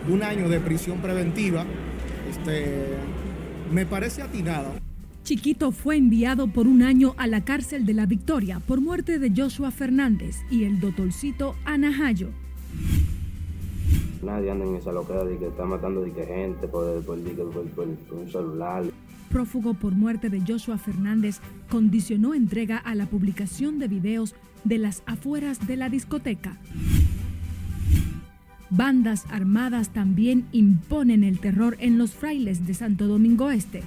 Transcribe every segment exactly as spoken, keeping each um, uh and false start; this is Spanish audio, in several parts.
un año de prisión preventiva, este, me parece atinada. Chiquito fue enviado por un año a la cárcel de La Victoria por muerte de Joshua Fernández y el doctorcito a Najayo. Nadie anda en esa loquera de que está matando de que gente por, por, por, por, por, por un celular. Prófugo por muerte de Joshua Fernández condicionó entrega a la publicación de videos de las afueras de la discoteca. Bandas armadas también imponen el terror en los frailes de Santo Domingo Este.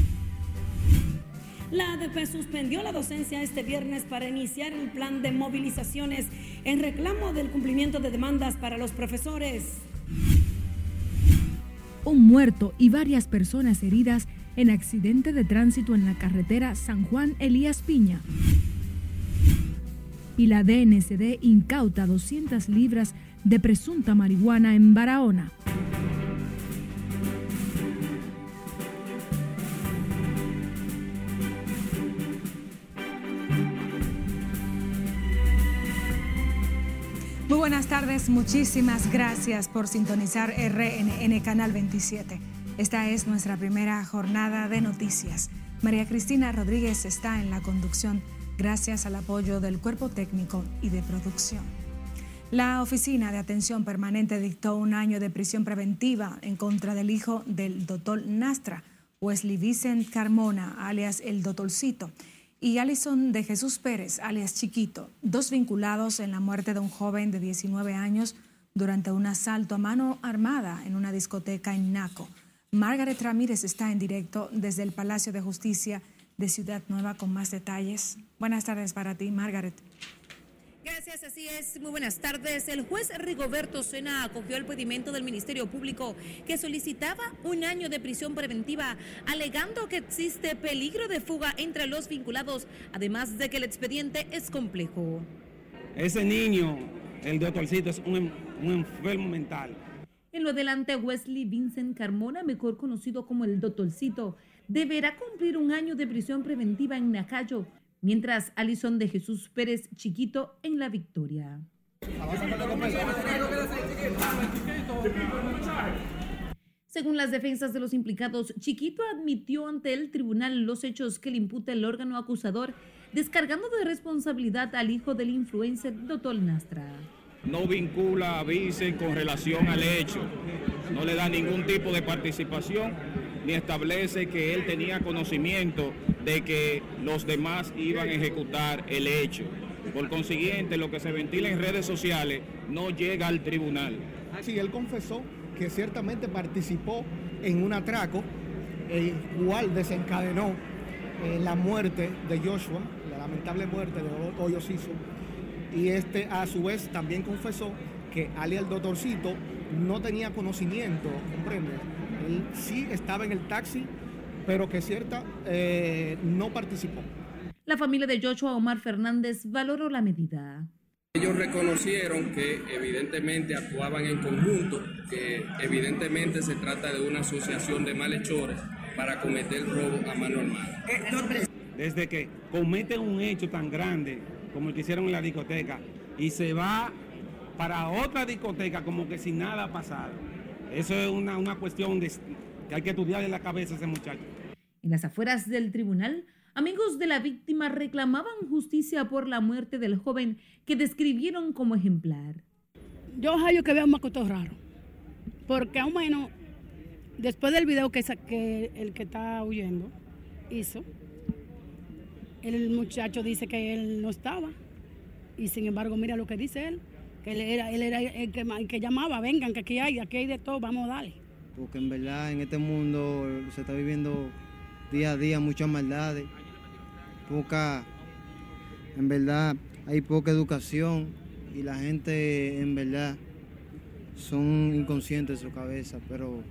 La A D P suspendió la docencia este viernes para iniciar el plan de movilizaciones en reclamo del cumplimiento de demandas para los profesores. Un muerto y varias personas heridas en accidente de tránsito en la carretera San Juan Elías Piña. Y la D N C D incauta doscientas libras de presunta marihuana en Barahona. Muy buenas tardes, muchísimas gracias por sintonizar R N N Canal veintisiete. Esta es nuestra primera jornada de noticias. María Cristina Rodríguez está en la conducción gracias al apoyo del cuerpo técnico y de producción. La Oficina de Atención Permanente dictó un año de prisión preventiva en contra del hijo del doctor Nastra, Wesley Vicent Carmona, alias el Doctorcito, y Alison de Jesús Pérez, alias Chiquito, dos vinculados en la muerte de un joven de diecinueve años durante un asalto a mano armada en una discoteca en Naco. Margaret Ramírez está en directo desde el Palacio de Justicia de Ciudad Nueva con más detalles. Buenas tardes para ti, Margaret. Gracias, así es. Muy buenas tardes. El juez Rigoberto Sena acogió el pedimento del Ministerio Público que solicitaba un año de prisión preventiva, alegando que existe peligro de fuga entre los vinculados, además de que el expediente es complejo. Ese niño, el doctorcito, es un, un enfermo mental. En lo adelante, Wesley Vicent Carmona, mejor conocido como el Doctorcito, deberá cumplir un año de prisión preventiva en Nacayo, mientras Alison de Jesús Pérez Chiquito en La Victoria. Según las defensas de los implicados, Chiquito admitió ante el tribunal los hechos que le imputa el órgano acusador, descargando de responsabilidad al hijo del influencer doctor Nastra. No vincula a Vicent con relación al hecho, no le da ningún tipo de participación, ni establece que él tenía conocimiento de que los demás iban a ejecutar el hecho. Por consiguiente, lo que se ventila en redes sociales no llega al tribunal. Sí, él confesó que ciertamente participó en un atraco, el cual desencadenó eh, la muerte de Joshua, la lamentable muerte de Hoyo Siso, y este a su vez también confesó que alias el Doctorcito no tenía conocimiento, comprende, él sí estaba en el taxi, pero que cierta eh, no participó. La familia de Joshua Omar Fernández valoró la medida. Ellos reconocieron que evidentemente actuaban en conjunto, que evidentemente se trata de una asociación de malhechores para cometer robo a mano armada. Desde que cometen un hecho tan grande como el que hicieron en la discoteca y se va para otra discoteca como que si nada ha pasado. Eso es una, una cuestión de, que hay que estudiar en la cabeza a ese muchacho. En las afueras del tribunal, amigos de la víctima reclamaban justicia por la muerte del joven que describieron como ejemplar. Yo hallo que veo un macoto raro, porque aún menos, después del video que, que el que está huyendo hizo, el muchacho dice que él no estaba, y sin embargo mira lo que dice él, que él era, él era el, que, el que llamaba, vengan, que aquí hay, aquí hay de todo, vamos a darle. Porque en verdad en este mundo se está viviendo día a día muchas maldades, poca, en verdad hay poca educación y la gente en verdad son inconscientes de su cabeza, pero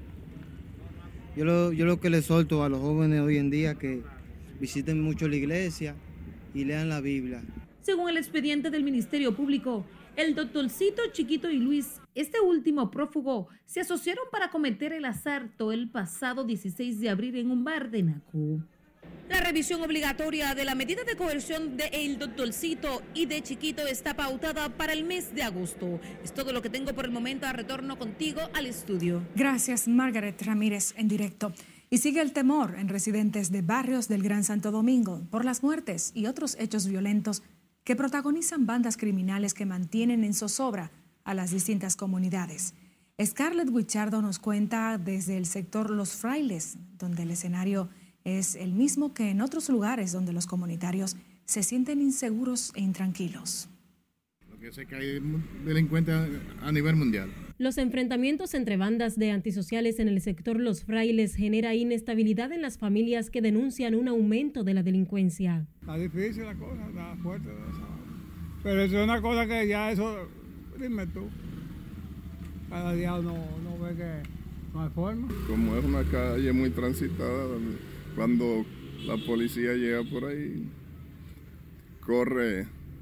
yo lo, yo lo que les solto a los jóvenes hoy en día que visiten mucho la iglesia y lean la Biblia. Según el expediente del Ministerio Público, el Doctorcito, Chiquito y Luis, este último prófugo, se asociaron para cometer el asalto el pasado dieciséis de abril en un bar de Naco. La revisión obligatoria de la medida de coerción de El Doctorcito y de Chiquito está pautada para el mes de agosto. Es todo lo que tengo por el momento. A retorno contigo al estudio. Gracias, Margaret Ramírez, en directo. Y sigue el temor en residentes de barrios del Gran Santo Domingo por las muertes y otros hechos violentos que protagonizan bandas criminales que mantienen en zozobra a las distintas comunidades. Scarlett Guichardo nos cuenta desde el sector Los Frailes, donde el escenario es el mismo que en otros lugares donde los comunitarios se sienten inseguros e intranquilos. Lo que sé que hay delincuentes a nivel mundial. Los enfrentamientos entre bandas de antisociales en el sector Los Frailes genera inestabilidad en las familias que denuncian un aumento de la delincuencia. Está difícil la cosa, está fuerte. Pero eso es una cosa que ya eso, dime tú, cada día uno, uno ve que no hay forma. Como es una calle muy transitada, cuando la policía llega por ahí, corre,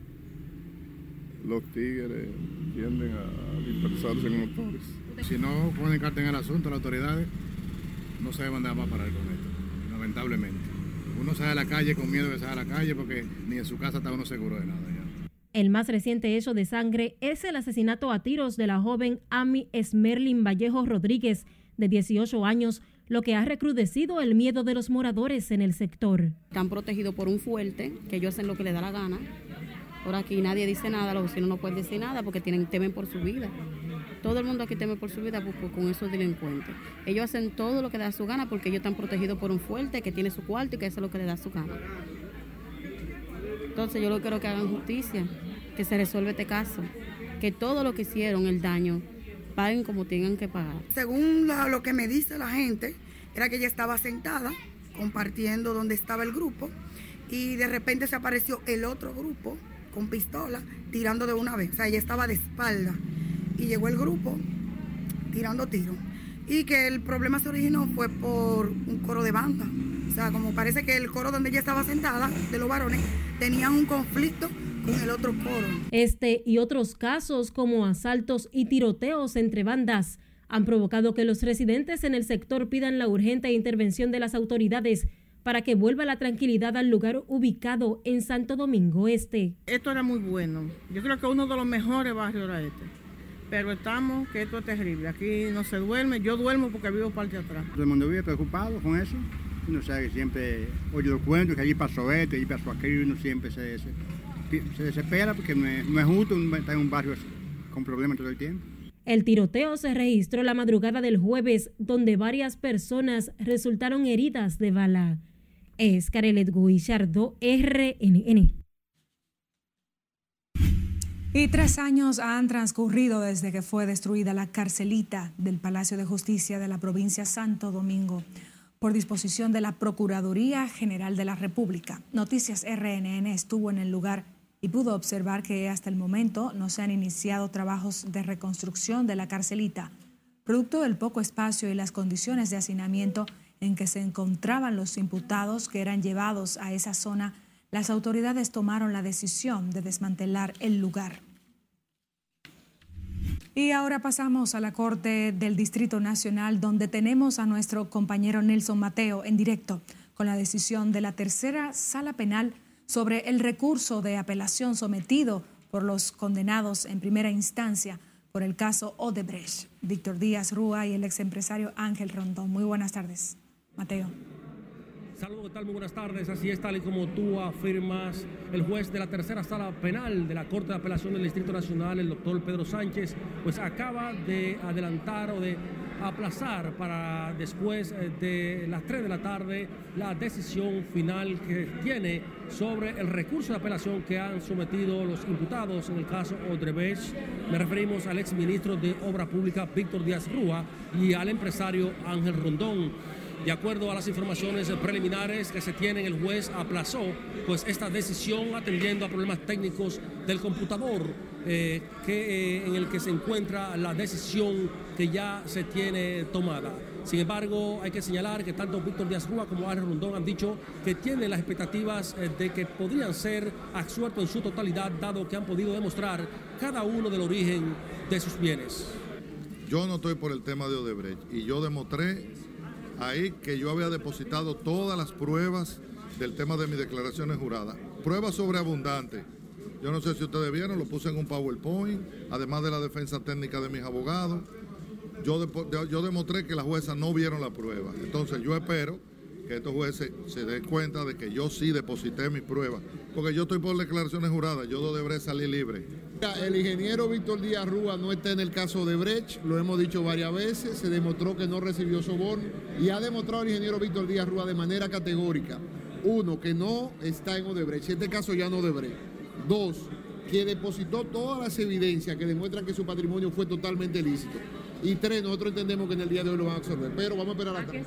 los tigres tienden a dispersarse en motores. Si no ponen carta en el asunto, las autoridades no saben dónde van a parar con esto, lamentablemente. Uno sale a la calle con miedo de salir a la calle porque ni en su casa está uno seguro de nada ya. El más reciente hecho de sangre es el asesinato a tiros de la joven Amy Esmerlin Vallejo Rodríguez, de dieciocho años, lo que ha recrudecido el miedo de los moradores en el sector. Están protegidos por un fuerte, que ellos hacen lo que les da la gana. Por aquí nadie dice nada, los vecinos no pueden decir nada porque tienen, temen por su vida. Todo el mundo aquí teme por su vida pues, pues, con esos delincuentes. Ellos hacen todo lo que les da su gana porque ellos están protegidos por un fuerte que tiene su cuarto y que eso es lo que les da su gana. Entonces yo lo quiero que hagan justicia, que se resuelva este caso, que todo lo que hicieron, el daño, paguen como tengan que pagar. Según la, lo que me dice la gente, era que ella estaba sentada compartiendo donde estaba el grupo y de repente se apareció el otro grupo con pistola tirando de una vez. O sea, ella estaba de espalda y llegó el grupo tirando tiros. Y que el problema se originó fue por un coro de banda. O sea, como parece que el coro donde ella estaba sentada, de los varones, tenían un conflicto con el otro coro. Este y otros casos como asaltos y tiroteos entre bandas han provocado que los residentes en el sector pidan la urgente intervención de las autoridades para que vuelva la tranquilidad al lugar ubicado en Santo Domingo Este. Esto era muy bueno. Yo creo que uno de los mejores barrios era este. Pero estamos, que esto es terrible. Aquí no se duerme. Yo duermo porque vivo parte de atrás. Todo el mundo vive preocupado con eso. Uno sabe que siempre oye los cuentos, que allí pasó esto, allí pasó aquello, y uno siempre se, se, se desespera porque no es, no es justo estar en un barrio así, con problemas todo el tiempo. El tiroteo se registró la madrugada del jueves, donde varias personas resultaron heridas de bala. Es Scarlett Guichardo, R N N. Y tres años han transcurrido desde que fue destruida la carcelita del Palacio de Justicia de la provincia Santo Domingo por disposición de la Procuraduría General de la República. Noticias R N N estuvo en el lugar y pudo observar que hasta el momento no se han iniciado trabajos de reconstrucción de la carcelita, producto del poco espacio y las condiciones de hacinamiento en que se encontraban los imputados que eran llevados a esa zona. Las autoridades tomaron la decisión de desmantelar el lugar. Y ahora pasamos a la Corte del Distrito Nacional, donde tenemos a nuestro compañero Nelson Mateo en directo con la decisión de la tercera sala penal sobre el recurso de apelación sometido por los condenados en primera instancia por el caso Odebrecht, Víctor Díaz Rúa y el exempresario Ángel Rondón. Muy buenas tardes, Mateo. Saludos, ¿qué tal? Muy buenas tardes. Así es, tal y como tú afirmas, el juez de la tercera sala penal de la Corte de Apelación del Distrito Nacional, el doctor Pedro Sánchez, pues acaba de adelantar o de aplazar para después de las tres de la tarde la decisión final que tiene sobre el recurso de apelación que han sometido los imputados en el caso Odebrecht. Me referimos al exministro de Obra Pública Víctor Díaz Rúa y al empresario Ángel Rondón. De acuerdo a las informaciones preliminares que se tienen, el juez aplazó pues esta decisión atendiendo a problemas técnicos del computador eh, que, eh, en el que se encuentra la decisión que ya se tiene tomada. Sin embargo, hay que señalar que tanto Víctor Díaz Rúa como Ángel Rondón han dicho que tienen las expectativas eh, de que podrían ser absueltos en su totalidad, dado que han podido demostrar cada uno del origen de sus bienes. Yo no estoy por el tema de Odebrecht y yo demostré ahí que yo había depositado todas las pruebas del tema de mis declaraciones juradas. Pruebas sobreabundantes. Yo no sé si ustedes vieron, lo puse en un PowerPoint, además de la defensa técnica de mis abogados. Yo, de, yo demostré que las juezas no vieron la prueba. Entonces yo espero que estos jueces se den cuenta de que yo sí deposité mis pruebas, porque yo estoy por declaraciones juradas, yo deberé salir libre. El ingeniero Víctor Díaz Rúa no está en el caso de Brecht, lo hemos dicho varias veces, se demostró que no recibió soborno y ha demostrado el ingeniero Víctor Díaz Rúa de manera categórica, uno, que no está en Odebrecht, en este caso ya no Odebrecht, dos, que depositó todas las evidencias que demuestran que su patrimonio fue totalmente lícito, y tres, nosotros entendemos que en el día de hoy lo van a absorber, pero vamos a esperar hasta...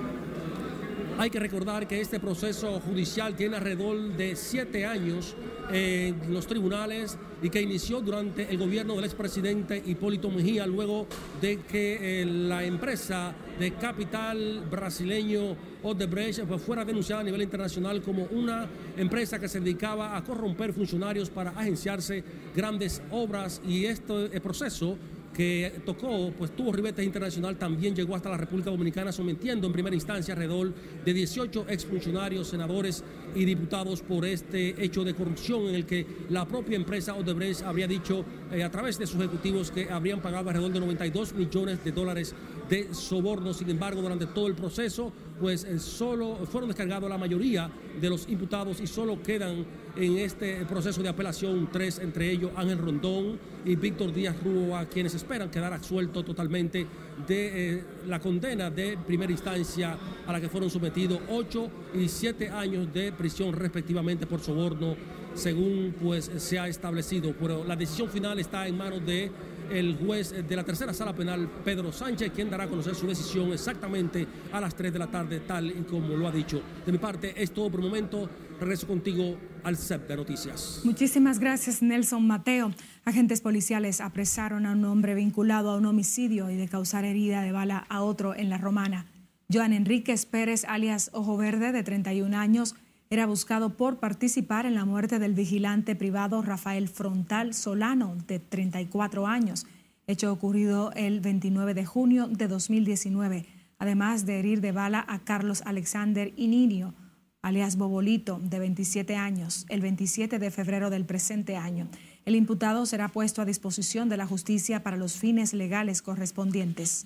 Hay que recordar que este proceso judicial tiene alrededor de siete años en los tribunales y que inició durante el gobierno del expresidente Hipólito Mejía, luego de que eh, la empresa de capital brasileño Odebrecht pues, fuera denunciada a nivel internacional como una empresa que se dedicaba a corromper funcionarios para agenciarse grandes obras, y este proceso que tocó, pues tuvo ribete internacional, también llegó hasta la República Dominicana, sometiendo en primera instancia alrededor de dieciocho exfuncionarios, senadores y diputados por este hecho de corrupción en el que la propia empresa Odebrecht habría dicho eh, a través de sus ejecutivos que habrían pagado alrededor de noventa y dos millones de dólares de soborno. Sin embargo, durante todo el proceso, pues eh, solo fueron descargados la mayoría de los imputados y solo quedan en este proceso de apelación tres, entre ellos Ángel Rondón y Víctor Díaz Rúa, quienes esperan quedar absueltos totalmente de eh, la condena de primera instancia a la que fueron sometidos ocho y siete años de prisión respectivamente por soborno, según pues se ha establecido. Pero la decisión final está en manos de el juez de la tercera sala penal, Pedro Sánchez, quien dará a conocer su decisión exactamente a las tres de la tarde, tal y como lo ha dicho. De mi parte es todo por el momento. Regreso contigo al C E P de Noticias. Muchísimas gracias, Nelson Mateo. Agentes policiales apresaron a un hombre vinculado a un homicidio y de causar herida de bala a otro en La Romana. Joan Enríquez Pérez, alias Ojo Verde, de treinta y un años, era buscado por participar en la muerte del vigilante privado Rafael Frontal Solano, de treinta y cuatro años, hecho ocurrido el veintinueve de junio de dos mil diecinueve, además de herir de bala a Carlos Alexander Inirio, alias Bobolito, de veintisiete años, el veintisiete de febrero del presente año. El imputado será puesto a disposición de la justicia para los fines legales correspondientes.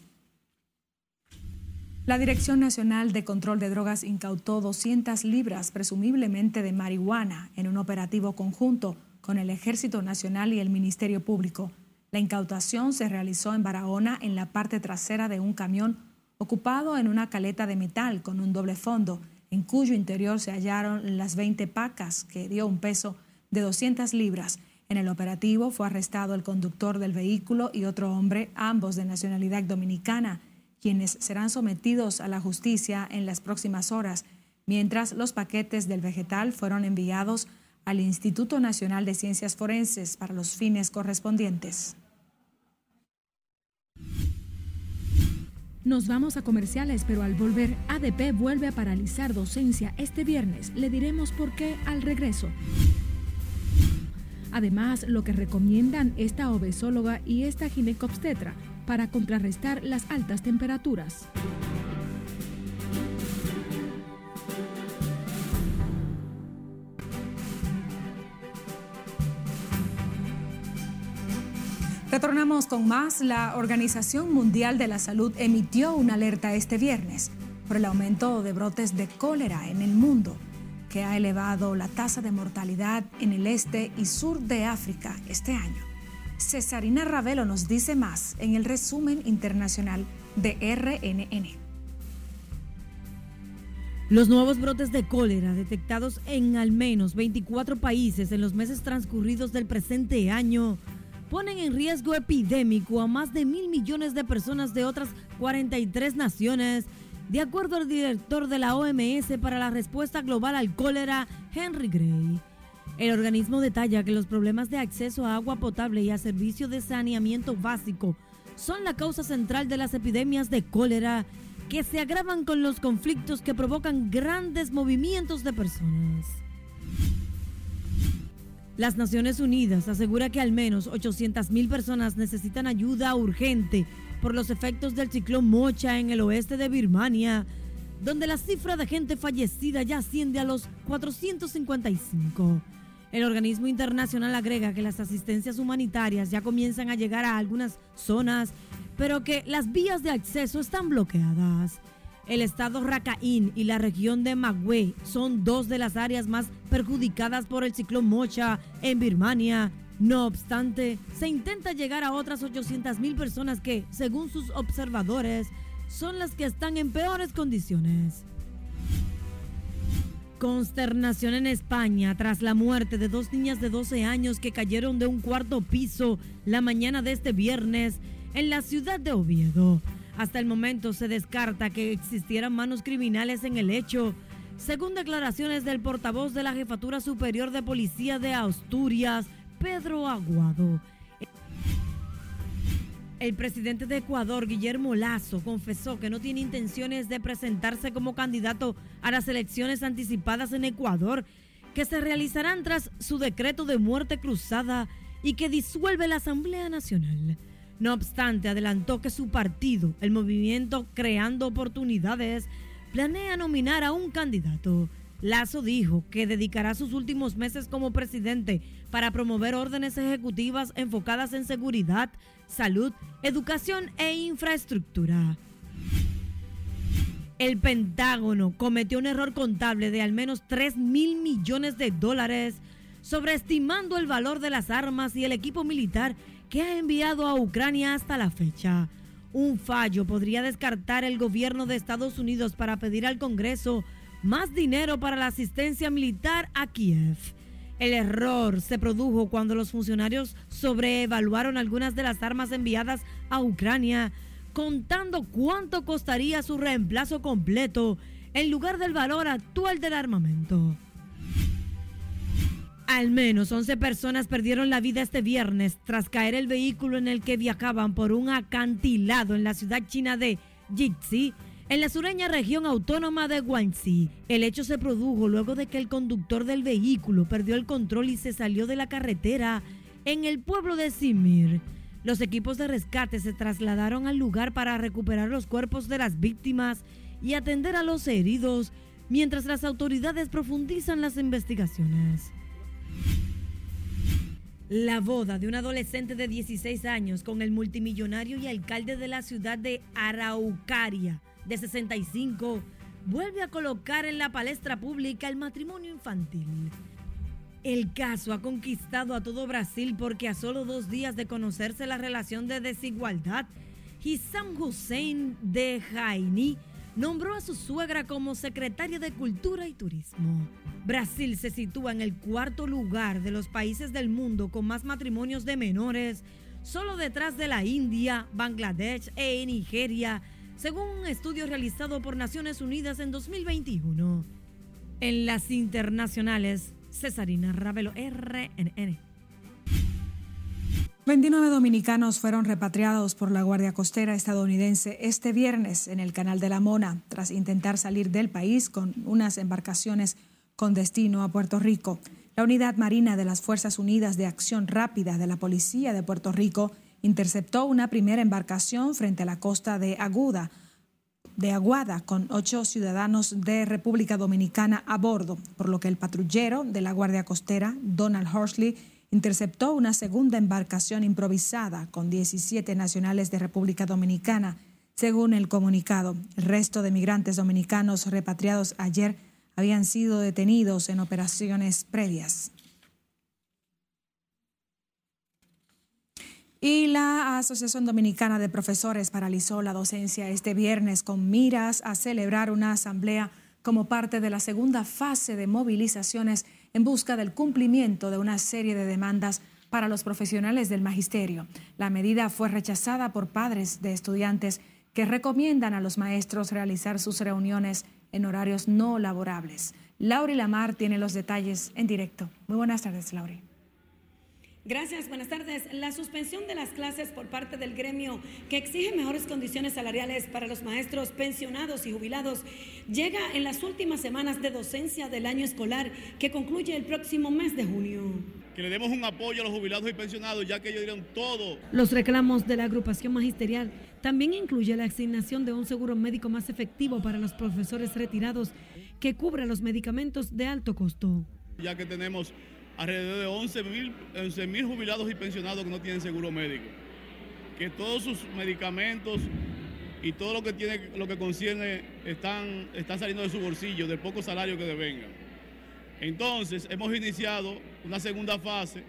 La Dirección Nacional de Control de Drogas incautó doscientas libras, presumiblemente de marihuana, en un operativo conjunto con el Ejército Nacional y el Ministerio Público. La incautación se realizó en Barahona, en la parte trasera de un camión ocupado en una caleta de metal con un doble fondo, en cuyo interior se hallaron las veinte pacas, que dio un peso de doscientas libras. En el operativo fue arrestado el conductor del vehículo y otro hombre, ambos de nacionalidad dominicana, quienes serán sometidos a la justicia en las próximas horas, mientras los paquetes del vegetal fueron enviados al Instituto Nacional de Ciencias Forenses para los fines correspondientes. Nos vamos a comerciales, pero al volver, A D P vuelve a paralizar docencia este viernes. Le diremos por qué al regreso. Además, lo que recomiendan esta obesóloga y esta ginecobstetra para contrarrestar las altas temperaturas. Retornamos con más. La Organización Mundial de la Salud emitió una alerta este viernes por el aumento de brotes de cólera en el mundo, que ha elevado la tasa de mortalidad en el este y sur de África este año. Cesarina Ravelo nos dice más en el resumen internacional de R N N. Los nuevos brotes de cólera detectados en al menos veinticuatro países en los meses transcurridos del presente año ponen en riesgo epidémico a más de mil millones de personas de otras cuarenta y tres naciones, de acuerdo al director de la O M S para la respuesta global al cólera, Henry Gray. El organismo detalla que los problemas de acceso a agua potable y a servicio de saneamiento básico son la causa central de las epidemias de cólera, que se agravan con los conflictos que provocan grandes movimientos de personas. Las Naciones Unidas asegura que al menos ochocientas mil personas necesitan ayuda urgente por los efectos del ciclón Mocha en el oeste de Birmania, donde la cifra de gente fallecida ya asciende a los cuatrocientos cincuenta y cinco. El organismo internacional agrega que las asistencias humanitarias ya comienzan a llegar a algunas zonas, pero que las vías de acceso están bloqueadas. El estado Rakhine y la región de Magwe son dos de las áreas más perjudicadas por el ciclón Mocha en Birmania. No obstante, se intenta llegar a otras ochocientas mil personas que, según sus observadores, son las que están en peores condiciones. Consternación en España tras la muerte de dos niñas de doce años que cayeron de un cuarto piso la mañana de este viernes en la ciudad de Oviedo. Hasta el momento se descarta que existieran manos criminales en el hecho, según declaraciones del portavoz de la Jefatura Superior de Policía de Asturias, Pedro Aguado. El presidente de Ecuador, Guillermo Lasso, confesó que no tiene intenciones de presentarse como candidato a las elecciones anticipadas en Ecuador, que se realizarán tras su decreto de muerte cruzada y que disuelve la Asamblea Nacional. No obstante, adelantó que su partido, el movimiento Creando Oportunidades, planea nominar a un candidato. Lasso dijo que dedicará sus últimos meses como presidente para promover órdenes ejecutivas enfocadas en seguridad, salud, educación e infraestructura. El Pentágono cometió un error contable de al menos tres mil millones de dólares, sobreestimando el valor de las armas y el equipo militar que ha enviado a Ucrania hasta la fecha. Un fallo podría descartar el gobierno de Estados Unidos para pedir al Congreso más dinero para la asistencia militar a Kiev. El error se produjo cuando los funcionarios sobreevaluaron algunas de las armas enviadas a Ucrania, contando cuánto costaría su reemplazo completo en lugar del valor actual del armamento. Al menos once personas perdieron la vida este viernes tras caer el vehículo en el que viajaban por un acantilado en la ciudad china de Jixi, en la sureña región autónoma de Guangxi. El hecho se produjo luego de que el conductor del vehículo perdió el control y se salió de la carretera en el pueblo de Simir. Los equipos de rescate se trasladaron al lugar para recuperar los cuerpos de las víctimas y atender a los heridos, mientras las autoridades profundizan las investigaciones. La boda de un adolescente de dieciséis años con el multimillonario y alcalde de la ciudad de Araucaria, de sesenta y cinco, vuelve a colocar en la palestra pública el matrimonio infantil. El caso ha conquistado a todo Brasil porque a solo dos días de conocerse la relación de desigualdad, Hissam Hussein de Jaini nombró a su suegra como secretaria de Cultura y Turismo. Brasil se sitúa en el cuarto lugar de los países del mundo con más matrimonios de menores, solo detrás de la India, Bangladesh e Nigeria, según un estudio realizado por Naciones Unidas en dos mil veintiuno. En las internacionales, Cesarina Ravelo, R N N. veintinueve dominicanos fueron repatriados por la Guardia Costera estadounidense este viernes en el Canal de la Mona, tras intentar salir del país con unas embarcaciones con destino a Puerto Rico. La Unidad Marina de las Fuerzas Unidas de Acción Rápida de la Policía de Puerto Rico interceptó una primera embarcación frente a la costa de Aguda, de Aguada, con ocho ciudadanos de República Dominicana a bordo, por lo que el patrullero de la Guardia Costera, Donald Horsley, interceptó una segunda embarcación improvisada con diecisiete nacionales de República Dominicana. Según el comunicado, el resto de migrantes dominicanos repatriados ayer habían sido detenidos en operaciones previas. Y la Asociación Dominicana de Profesores paralizó la docencia este viernes con miras a celebrar una asamblea como parte de la segunda fase de movilizaciones en busca del cumplimiento de una serie de demandas para los profesionales del magisterio. La medida fue rechazada por padres de estudiantes que recomiendan a los maestros realizar sus reuniones en horarios no laborables. Lauri Lamar tiene los detalles en directo. Muy buenas tardes, Lauri. Gracias, buenas tardes. La suspensión de las clases por parte del gremio que exige mejores condiciones salariales para los maestros pensionados y jubilados llega en las últimas semanas de docencia del año escolar que concluye el próximo mes de junio. que le demos un apoyo a los jubilados y pensionados, ya que ellos dieron todo. Los reclamos de la agrupación magisterial también incluye la asignación de un seguro médico más efectivo para los profesores retirados que cubra los medicamentos de alto costo. Ya que tenemos alrededor de once mil jubilados y pensionados que no tienen seguro médico, que todos sus medicamentos y todo lo que tiene, lo que concierne, están, están saliendo de su bolsillo, del poco salario que devengan. Entonces, hemos iniciado una segunda fase,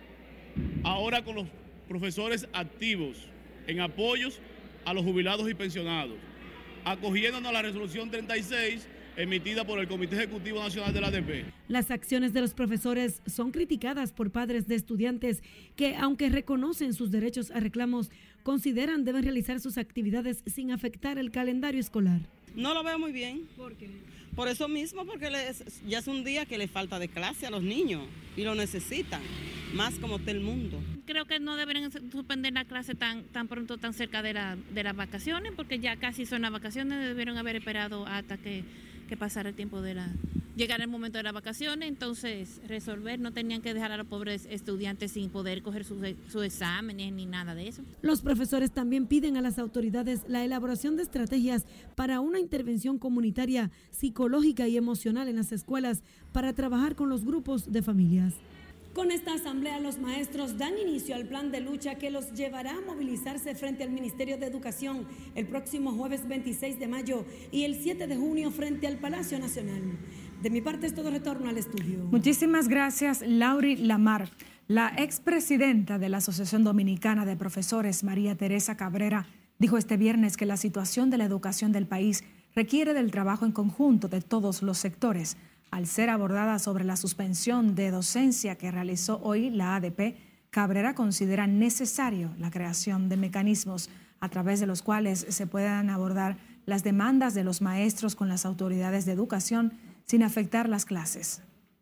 ahora con los profesores activos, en apoyos a los jubilados y pensionados, acogiéndonos a la resolución treinta y seis, emitida por el Comité Ejecutivo Nacional de la A D P. Las acciones de los profesores son criticadas por padres de estudiantes que, aunque reconocen sus derechos a reclamos, consideran deben realizar sus actividades sin afectar el calendario escolar. No lo veo muy bien. ¿Por qué? Por eso mismo, porque les, ya es un día que les falta de clase a los niños y lo necesitan, más como está el mundo. Creo que no deberían suspender la clase tan, tan pronto, tan cerca de, la, de las vacaciones, porque ya casi son las vacaciones, debieron haber esperado hasta que, que pasara el tiempo de la... llegar el momento de las vacaciones, entonces resolver, no tenían que dejar a los pobres estudiantes sin poder coger sus, sus exámenes ni nada de eso. Los profesores también piden a las autoridades la elaboración de estrategias para una intervención comunitaria, psicológica y emocional en las escuelas para trabajar con los grupos de familias. Con esta asamblea, los maestros dan inicio al plan de lucha que los llevará a movilizarse frente al Ministerio de Educación el próximo jueves veintiséis de mayo y el siete de junio frente al Palacio Nacional. De mi parte es todo, retorno al estudio. Muchísimas gracias, Lauri Lamar. La expresidenta de la Asociación Dominicana de Profesores, María Teresa Cabrera, dijo este viernes que la situación de la educación del país requiere del trabajo en conjunto de todos los sectores. Al ser abordada sobre la suspensión de docencia que realizó hoy la A D P, Cabrera considera necesario la creación de mecanismos a través de los cuales se puedan abordar las demandas de los maestros con las autoridades de educación sin afectar las clases.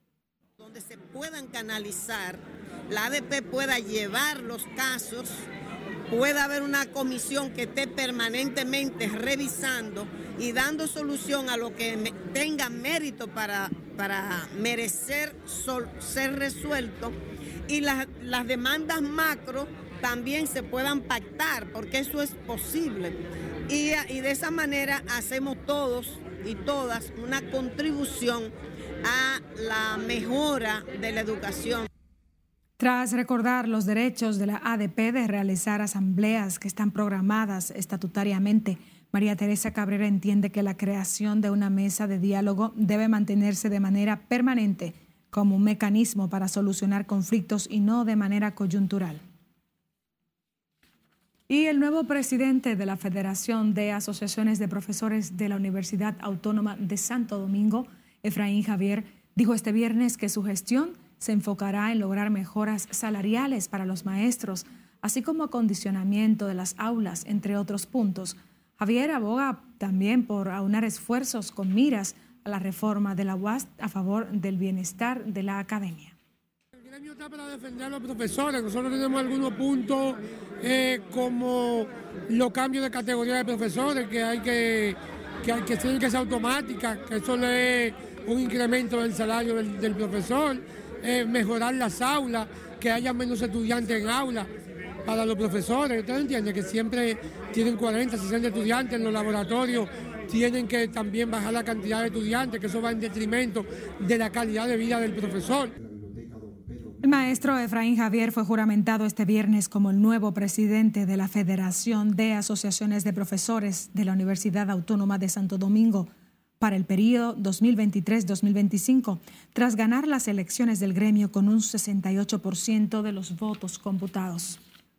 Donde se puedan canalizar, la A D P pueda llevar los casos, pueda haber una comisión que esté permanentemente revisando y dando solución a lo que tenga mérito para, para merecer sol, ser resuelto, y las, las demandas macro también se puedan pactar, porque eso es posible. Y, y de esa manera hacemos todos y todas una contribución a la mejora de la educación. Tras recordar los derechos de la A D P de realizar asambleas que están programadas estatutariamente, María Teresa Cabrera entiende que la creación de una mesa de diálogo debe mantenerse de manera permanente como un mecanismo para solucionar conflictos y no de manera coyuntural. Y el nuevo presidente de la Federación de Asociaciones de Profesores de la Universidad Autónoma de Santo Domingo, Efraín Javier, dijo este viernes que su gestión se enfocará en lograr mejoras salariales para los maestros, así como acondicionamiento de las aulas, entre otros puntos. Javier aboga también por aunar esfuerzos con miras a la reforma de la U A S a favor del bienestar de la academia. El gremio está para defender a los profesores. Nosotros tenemos algunos puntos eh, como los cambios de categoría de profesores, que hay que, que, hay que tienen que ser automáticas, que eso le es un incremento del salario del, del profesor. Eh, mejorar las aulas, que haya menos estudiantes en aulas para los profesores. Ustedes entienden que siempre tienen cuarenta, sesenta estudiantes en los laboratorios, tienen que también bajar la cantidad de estudiantes, que eso va en detrimento de la calidad de vida del profesor. El maestro Efraín Javier fue juramentado este viernes como el nuevo presidente de la Federación de Asociaciones de Profesores de la Universidad Autónoma de Santo Domingo para el periodo dos mil veintitrés dos mil veinticinco, tras ganar las elecciones del gremio con un sesenta y ocho por ciento de los votos computados.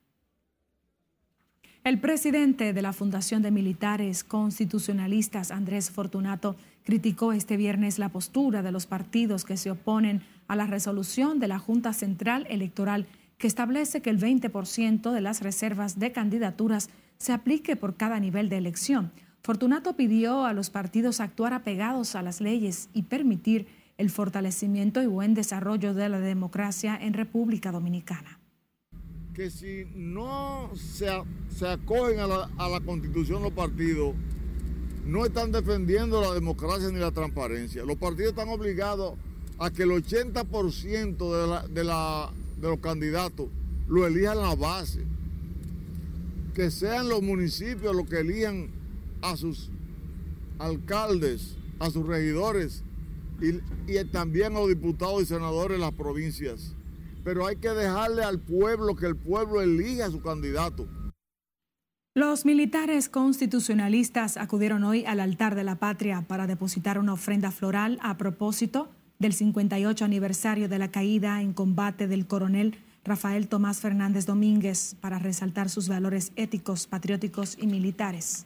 El presidente de la Fundación de Militares Constitucionalistas, Andrés Fortunato, criticó este viernes la postura de los partidos que se oponen a la resolución de la Junta Central Electoral que establece que el veinte por ciento de las reservas de candidaturas se aplique por cada nivel de elección. Fortunato pidió a los partidos actuar apegados a las leyes y permitir el fortalecimiento y buen desarrollo de la democracia en República Dominicana. Que si no se, se acogen a la, a la Constitución los partidos, no están defendiendo la democracia ni la transparencia. Los partidos están obligados a que el ochenta por ciento de la, de la, de los candidatos lo elijan la base, que sean los municipios los que elijan a sus alcaldes, a sus regidores y, y también a los diputados y senadores de las provincias. Pero hay que dejarle al pueblo que el pueblo elija a su candidato. Los militares constitucionalistas acudieron hoy al altar de la patria para depositar una ofrenda floral a propósito del cincuenta y ocho aniversario de la caída en combate del coronel Rafael Tomás Fernández Domínguez, para resaltar sus valores éticos, patrióticos y militares.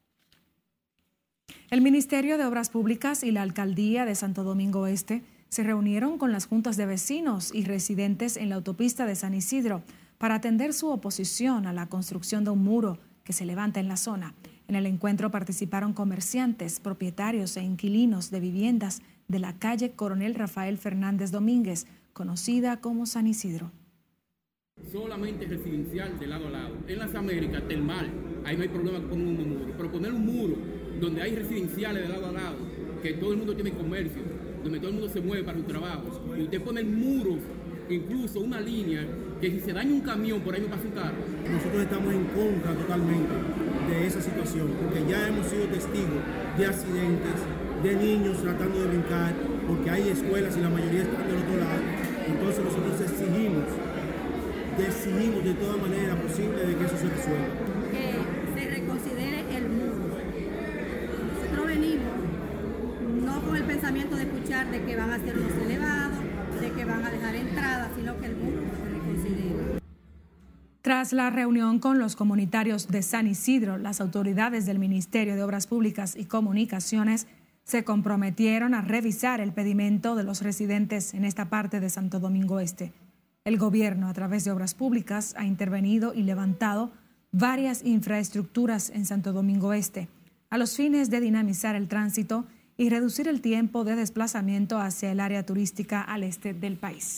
El Ministerio de Obras Públicas y la Alcaldía de Santo Domingo Este se reunieron con las juntas de vecinos y residentes en la autopista de San Isidro para atender su oposición a la construcción de un muro que se levanta en la zona. En el encuentro participaron comerciantes, propietarios e inquilinos de viviendas de la calle Coronel Rafael Fernández Domínguez, conocida como San Isidro. Solamente residencial de lado a lado. En las Américas, Termal, ahí no hay problema con poner un muro, pero poner un muro donde hay residenciales de lado a lado, que todo el mundo tiene comercio, donde todo el mundo se mueve para sus trabajos, y usted pone muros, incluso una línea, que si se daña un camión, por ahí no pasa un carro. Nosotros estamos en contra totalmente de esa situación, porque ya hemos sido testigos de accidentes, de niños tratando de brincar, porque hay escuelas y la mayoría están del otro lado. Entonces nosotros exigimos, exigimos de toda manera posible de que eso se resuelva. Que se reconsidere el muro. Nosotros venimos no con el pensamiento de escuchar de que van a hacer unos elevados, de que van a dejar entrada, sino que el muro se reconsidere. Tras la reunión con los comunitarios de San Isidro, las autoridades del Ministerio de Obras Públicas y Comunicaciones se comprometieron a revisar el pedimento de los residentes en esta parte de Santo Domingo Este. El gobierno, a través de Obras Públicas, ha intervenido y levantado varias infraestructuras en Santo Domingo Este, a los fines de dinamizar el tránsito y reducir el tiempo de desplazamiento hacia el área turística al este del país.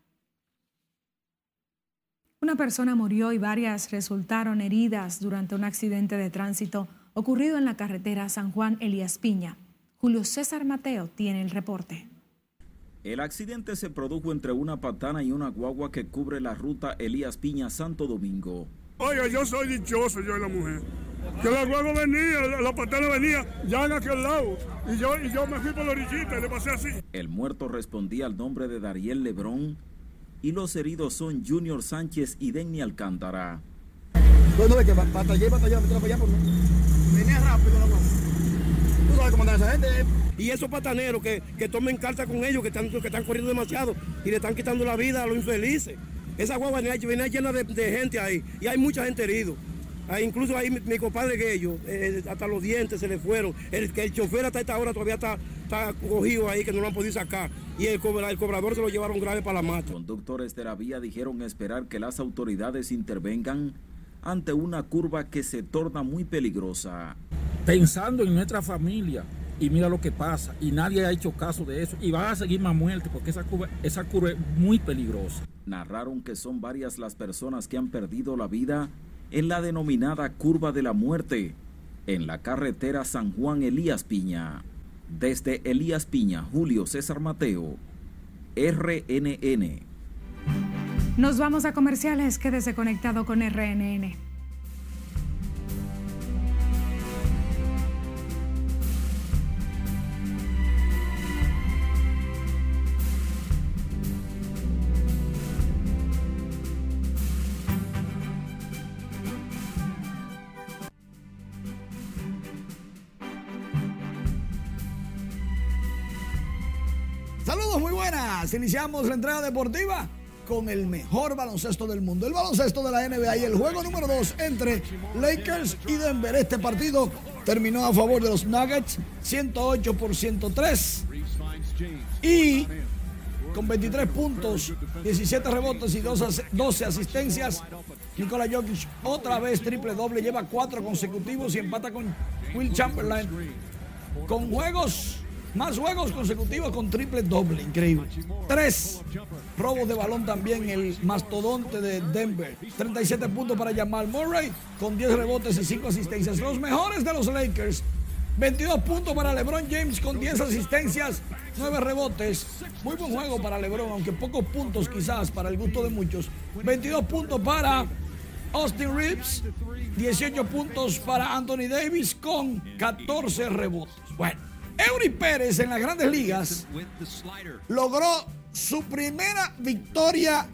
Una persona murió y varias resultaron heridas durante un accidente de tránsito ocurrido en la carretera San Juan Elías Piña. Julio César Mateo tiene el reporte. El accidente se produjo entre una patana y una guagua que cubre la ruta Elías Piña Santo Domingo. Oiga, yo soy dichoso, yo y la mujer. Que la guagua venía, la, la patana venía ya en aquel lado. Y yo, y yo me fui por la orillita y le pasé así. El muerto respondía al nombre de Dariel Lebrón y los heridos son Junior Sánchez y Denny Alcántara. ¿Dónde ve que batallé, batallé, me para allá por mí? Venía rápido la guagua. Tú sabes cómo anda esa gente. Y esos pataneros que, que tomen carta con ellos, que están, que están corriendo demasiado y le están quitando la vida a los infelices. Esa guagua venía, venía llena de, de gente ahí y hay mucha gente herida. Ahí, incluso ahí mi, mi compadre que ellos, eh, hasta los dientes se le fueron. El, el chofer hasta esta hora todavía está, está cogido ahí, que no lo han podido sacar. Y el, cobra, el cobrador se lo llevaron grave para la mata. Conductores de la vía dijeron esperar que las autoridades intervengan ante una curva que se torna muy peligrosa. Pensando en nuestra familia, y mira lo que pasa, y nadie ha hecho caso de eso, y va a seguir más muertes porque esa curva, esa curva es muy peligrosa. Narraron que son varias las personas que han perdido la vida en la denominada Curva de la Muerte, en la carretera San Juan Elías Piña. Desde Elías Piña, Julio César Mateo, R N N. Nos vamos a comerciales, quédese conectado con R N N. Saludos, muy buenas. Iniciamos la entrega deportiva con el mejor baloncesto del mundo, el baloncesto de la N B A y el juego número dos entre Lakers y Denver. Este partido terminó a favor de los Nuggets, ciento ocho por ciento tres, y con veintitrés puntos, diecisiete rebotes y doce asistencias. Nikola Jokic otra vez triple doble, lleva cuatro consecutivos y empata con Will Chamberlain con juegos Más juegos consecutivos con triple doble, increíble. Tres robos de balón también el mastodonte de Denver. treinta y siete puntos para Jamal Murray con diez rebotes y cinco asistencias. Los mejores de los Lakers veintidós puntos para LeBron James con diez asistencias, nueve rebotes. Muy buen juego para LeBron, aunque pocos puntos quizás para el gusto de muchos. veintidós puntos para Austin Reeves, dieciocho puntos para Anthony Davis con catorce rebotes. Bueno, Eury Pérez en las Grandes Ligas logró su primera victoria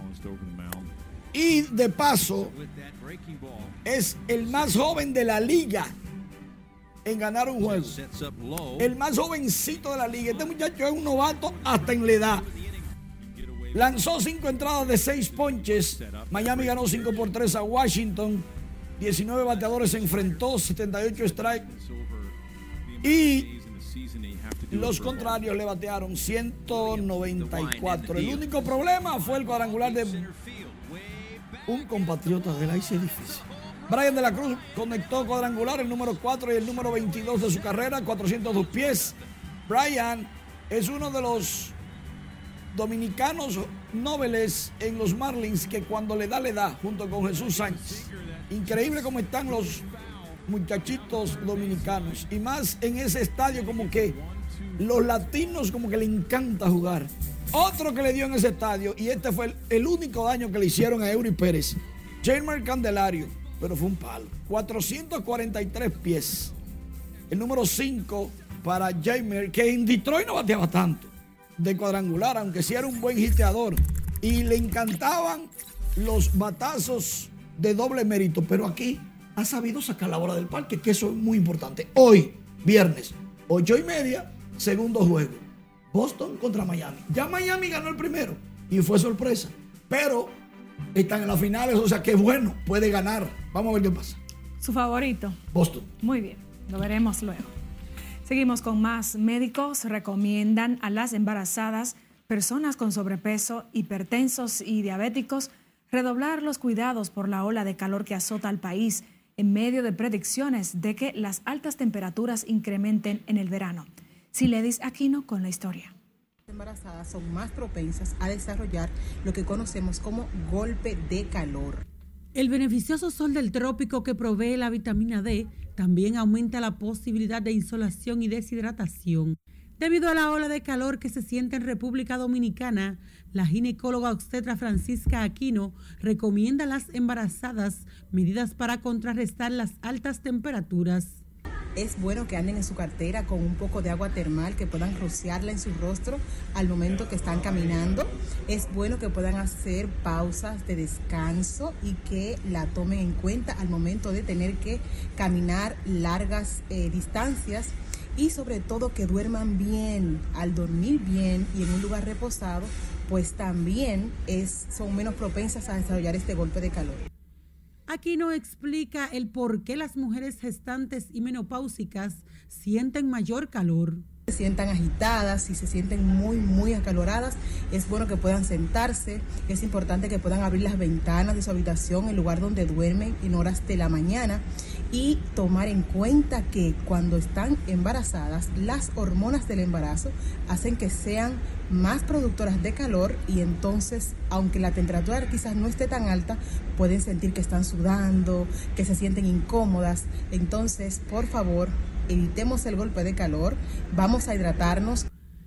y de paso es el más joven de la liga en ganar un juego. El más jovencito de la liga. Este muchacho es un novato hasta en la edad. Lanzó cinco entradas de seis ponches. Miami ganó cinco por tres a Washington. diecinueve bateadores se enfrentó, setenta y ocho strikes. Y los contrarios le batearon ciento noventa y cuatro. El único problema fue el cuadrangular de un compatriota de la I C difícil. Brian de la Cruz conectó cuadrangular, el número cuatro y el número veintidós de su carrera, cuatrocientos dos pies. Brian es uno de los dominicanos nobles en los Marlins que cuando le da, le da, junto con Jesús Sánchez. Increíble cómo están los muchachitos dominicanos. Y más en ese estadio, como que los latinos como que le encanta jugar. Otro que le dio en ese estadio, y este fue el, el único daño que le hicieron a Eury Pérez, Jamer Candelario, pero fue un palo. cuatrocientos cuarenta y tres pies. El número cinco para Jamer, que en Detroit no bateaba tanto de cuadrangular, aunque sí era un buen hiteador. Y le encantaban los batazos de doble mérito, pero aquí ha sabido sacar la bola del parque, que eso es muy importante. Hoy, viernes, ocho y media, segundo juego. Boston contra Miami. Ya Miami ganó el primero y fue sorpresa. Pero están en las finales, o sea que bueno, puede ganar. Vamos a ver qué pasa. ¿Su favorito? Boston. Muy bien, lo veremos luego. Seguimos con más. Médicos recomiendan a las embarazadas, personas con sobrepeso, hipertensos y diabéticos redoblar los cuidados por la ola de calor que azota al país en medio de predicciones de que las altas temperaturas incrementen en el verano. Siledis Aquino con la historia. Las embarazadas son más propensas a desarrollar lo que conocemos como golpe de calor. El beneficioso sol del trópico que provee la vitamina D también aumenta la posibilidad de insolación y deshidratación. Debido a la ola de calor que se siente en República Dominicana, la ginecóloga obstetra Francisca Aquino recomienda a las embarazadas medidas para contrarrestar las altas temperaturas. Es bueno que anden en su cartera con un poco de agua termal, que puedan rociarla en su rostro al momento que están caminando. Es bueno que puedan hacer pausas de descanso y que la tomen en cuenta al momento de tener que caminar largas eh, distancias. Y sobre todo que duerman bien. Al dormir bien y en un lugar reposado, pues también es, son menos propensas a desarrollar este golpe de calor. Aquino explica el por qué las mujeres gestantes y menopáusicas sienten mayor calor. Se sientan agitadas y se sienten muy, muy acaloradas, es bueno que puedan sentarse. Es importante que puedan abrir las ventanas de su habitación, el lugar donde duermen en horas de la mañana, y tomar en cuenta que cuando están embarazadas, las hormonas del embarazo hacen que sean más productoras de calor, y entonces, aunque la temperatura quizás no esté tan alta, pueden sentir que están sudando, que se sienten incómodas. Entonces, por favor, evitemos el golpe de calor, vamos a hidratarnos.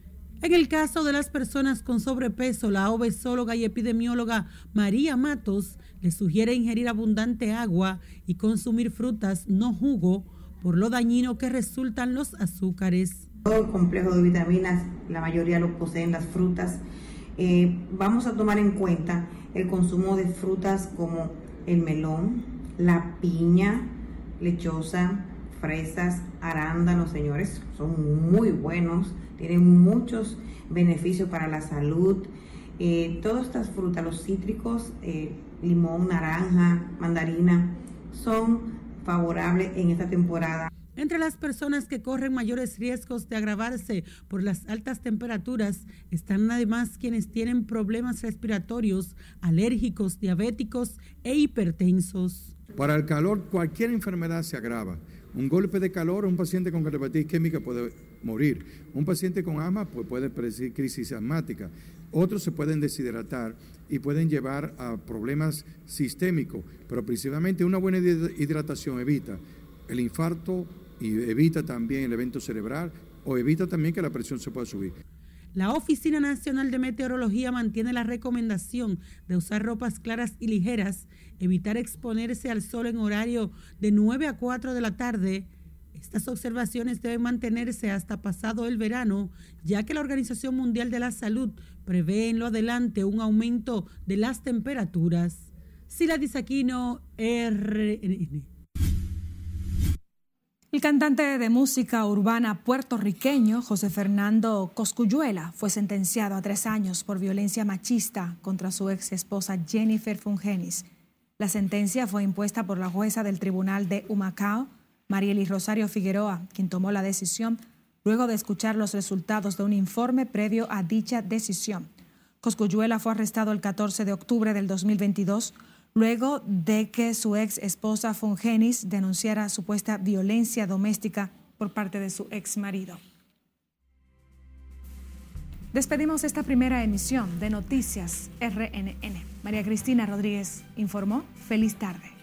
En el caso de las personas con sobrepeso, la obesóloga y epidemióloga María Matos les sugiere ingerir abundante agua y consumir frutas, no jugo, por lo dañino que resultan los azúcares. Todo el complejo de vitaminas, la mayoría lo poseen las frutas. Eh, vamos a tomar en cuenta el consumo de frutas como el melón, la piña, lechosa, fresas, arándanos, señores, son muy buenos, tienen muchos beneficios para la salud. Eh, todas estas frutas, los cítricos, eh, limón, naranja, mandarina, son favorables en esta temporada. Entre las personas que corren mayores riesgos de agravarse por las altas temperaturas están además quienes tienen problemas respiratorios, alérgicos, diabéticos e hipertensos. Para el calor, cualquier enfermedad se agrava. Un golpe de calor, un paciente con hepatitis química puede morir. Un paciente con asma pues puede predecir crisis asmática. Otros se pueden deshidratar y pueden llevar a problemas sistémicos, pero principalmente una buena hidratación evita el infarto y evita también el evento cerebral o evita también que la presión se pueda subir. La Oficina Nacional de Meteorología mantiene la recomendación de usar ropas claras y ligeras, evitar exponerse al sol en horario de nueve a cuatro de la tarde. Estas observaciones deben mantenerse hasta pasado el verano, ya que la Organización Mundial de la Salud prevé en lo adelante un aumento de las temperaturas. Sila Disaquino, R N N. El cantante de música urbana puertorriqueño José Fernando Cosculluela fue sentenciado a tres años por violencia machista contra su ex esposa Jennifer Fungenis. La sentencia fue impuesta por la jueza del Tribunal de Humacao, Mariely Rosario Figueroa, quien tomó la decisión luego de escuchar los resultados de un informe previo a dicha decisión. Cosculluela fue arrestado el catorce de octubre del dos mil veintidós, luego de que su ex esposa Fungenis denunciara supuesta violencia doméstica por parte de su ex marido. Despedimos esta primera emisión de Noticias R N N. María Cristina Rodríguez informó. Feliz tarde.